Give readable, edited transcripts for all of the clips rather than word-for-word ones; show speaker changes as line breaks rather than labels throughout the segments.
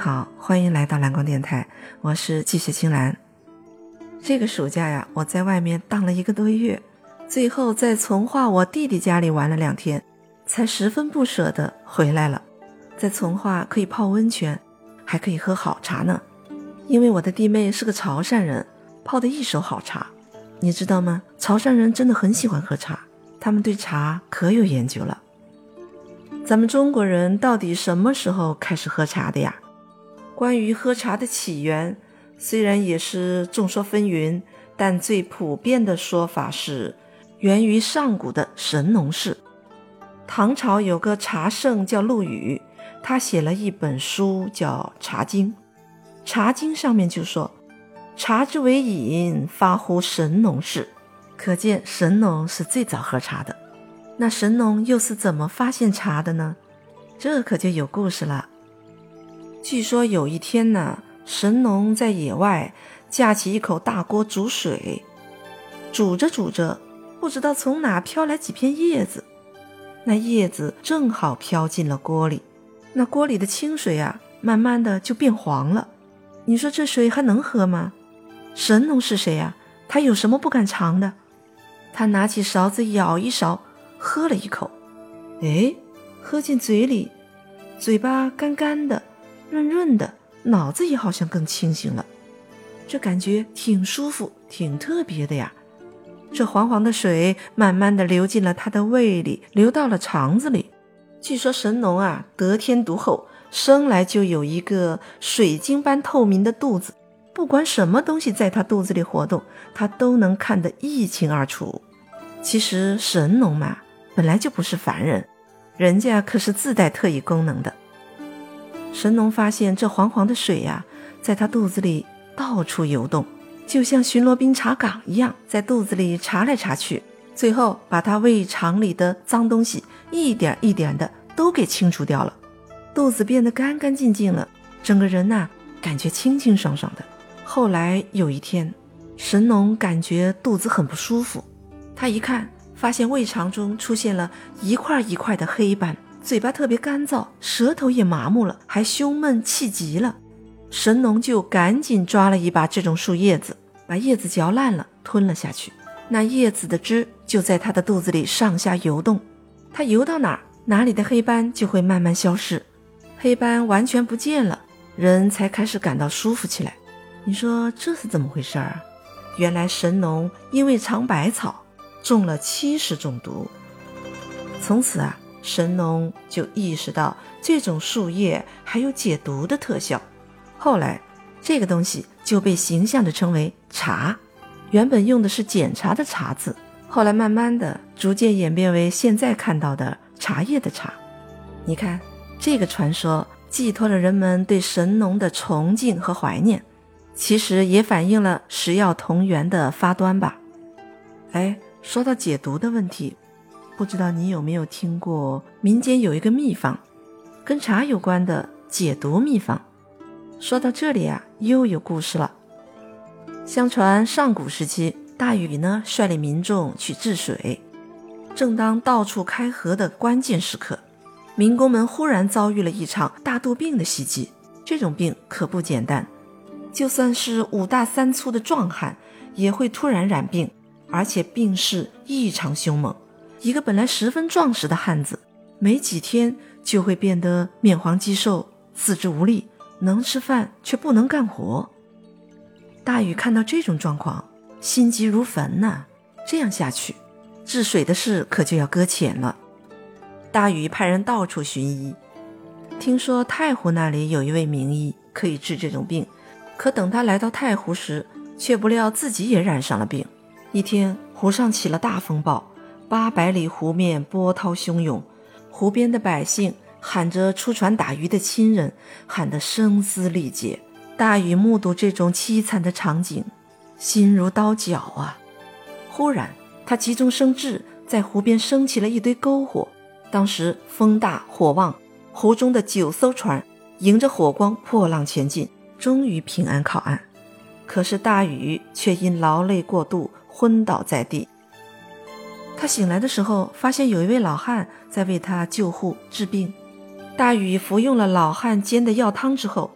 好，欢迎来到蓝光电台，我是季雪清兰。这个暑假呀，我在外面荡了1个多月，最后在从化我弟弟家里玩了2天，才十分不舍得回来了。在从化可以泡温泉，还可以喝好茶呢。因为我的弟妹是个潮汕人，泡的一手好茶。你知道吗？潮汕人真的很喜欢喝茶，他们对茶可有研究了。咱们中国人到底什么时候开始喝茶的呀？关于喝茶的起源，虽然也是众说纷纭，但最普遍的说法是源于上古的神农氏。唐朝有个茶圣叫陆羽，他写了一本书叫《茶经》。《茶经》上面就说，茶之为饮，发乎神农氏。可见神农是最早喝茶的。那神农又是怎么发现茶的呢？这可就有故事了。据说有一天呢，神农在野外架起一口大锅煮水，煮着煮着，不知道从哪飘来几片叶子，那叶子正好飘进了锅里，那锅里的清水啊，慢慢的就变黄了。你说这水还能喝吗？神农是谁啊？他有什么不敢尝的？他拿起勺子舀一勺，喝了一口，喝进嘴里，嘴巴干干的，润润的，脑子也好像更清醒了，这感觉挺舒服，挺特别的呀。这黄黄的水慢慢的流进了他的胃里，流到了肠子里。据说神农啊，得天独厚，生来就有一个水晶般透明的肚子，不管什么东西在他肚子里活动，他都能看得一清二楚。其实神农嘛，本来就不是凡人，人家可是自带特异功能的。神农发现这黄黄的水呀，在他肚子里到处游动，就像巡逻兵查岗一样，在肚子里查来查去，最后把他胃肠里的脏东西一点一点的都给清除掉了，肚子变得干干净净了，整个人呐，感觉清清爽爽的。后来有一天，神农感觉肚子很不舒服，他一看，发现胃肠中出现了一块一块的黑斑，嘴巴特别干燥，舌头也麻木了，还胸闷气急了。神农就赶紧抓了一把这种树叶子，把叶子嚼烂了，吞了下去。那叶子的汁就在他的肚子里上下游动，他游到哪里的黑斑就会慢慢消失，黑斑完全不见了，人才开始感到舒服起来。你说这是怎么回事啊？原来神农因为尝百草，中了70种毒。从此啊，神农就意识到这种树叶还有解毒的特效。后来这个东西就被形象地称为茶，原本用的是检查的查字，后来慢慢的逐渐演变为现在看到的茶叶的茶。你看，这个传说寄托了人们对神农的崇敬和怀念，其实也反映了食药同源的发端吧。说到解毒的问题，不知道你有没有听过民间有一个秘方，跟茶有关的解毒秘方。说到这里啊，又有故事了。相传上古时期，大禹呢率领民众去治水，正当到处开河的关键时刻，民工们忽然遭遇了一场大肚病的袭击。这种病可不简单，就算是5大3粗的壮汉也会突然染病，而且病势异常凶猛。一个本来十分壮实的汉子，没几天就会变得面黄肌瘦，四肢无力，能吃饭却不能干活。大禹看到这种状况，心急如焚呐，这样下去，治水的事可就要搁浅了。大禹派人到处寻医，听说太湖那里有一位名医可以治这种病，可等他来到太湖时，却不料自己也染上了病。一天，湖上起了大风暴，800里湖面波涛汹涌，湖边的百姓喊着出船打鱼的亲人，喊得声嘶力竭。大禹目睹这种凄惨的场景，心如刀绞啊！忽然他急中生智，在湖边升起了一堆篝火。当时风大火旺，湖中的9艘船迎着火光破浪前进，终于平安靠岸。可是大禹却因劳累过度昏倒在地。他醒来的时候，发现有一位老汉在为他救护治病。大禹服用了老汉煎的药汤之后，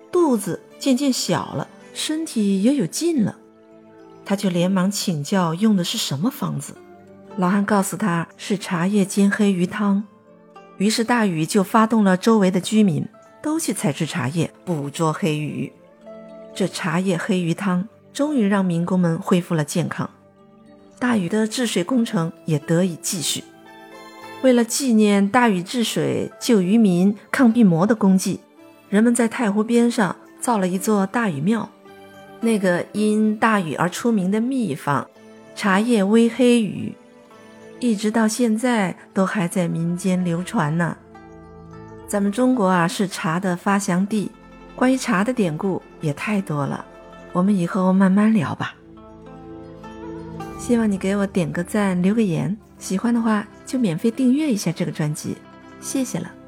肚子渐渐小了，身体也有劲了。他就连忙请教用的是什么方子。老汉告诉他是茶叶煎黑鱼汤。于是大禹就发动了周围的居民，都去采制茶叶，捕捉黑鱼。这茶叶黑鱼汤终于让民工们恢复了健康，大禹的治水工程也得以继续。为了纪念大禹治水、救渔民、抗病魔的功绩，人们在太湖边上造了一座大禹庙。那个因大禹而出名的秘方茶叶煨黑鱼，一直到现在都还在民间流传呢。咱们中国是茶的发祥地，关于茶的典故也太多了，我们以后慢慢聊吧。希望你给我点个赞，留个言，喜欢的话就免费订阅一下这个专辑，谢谢了。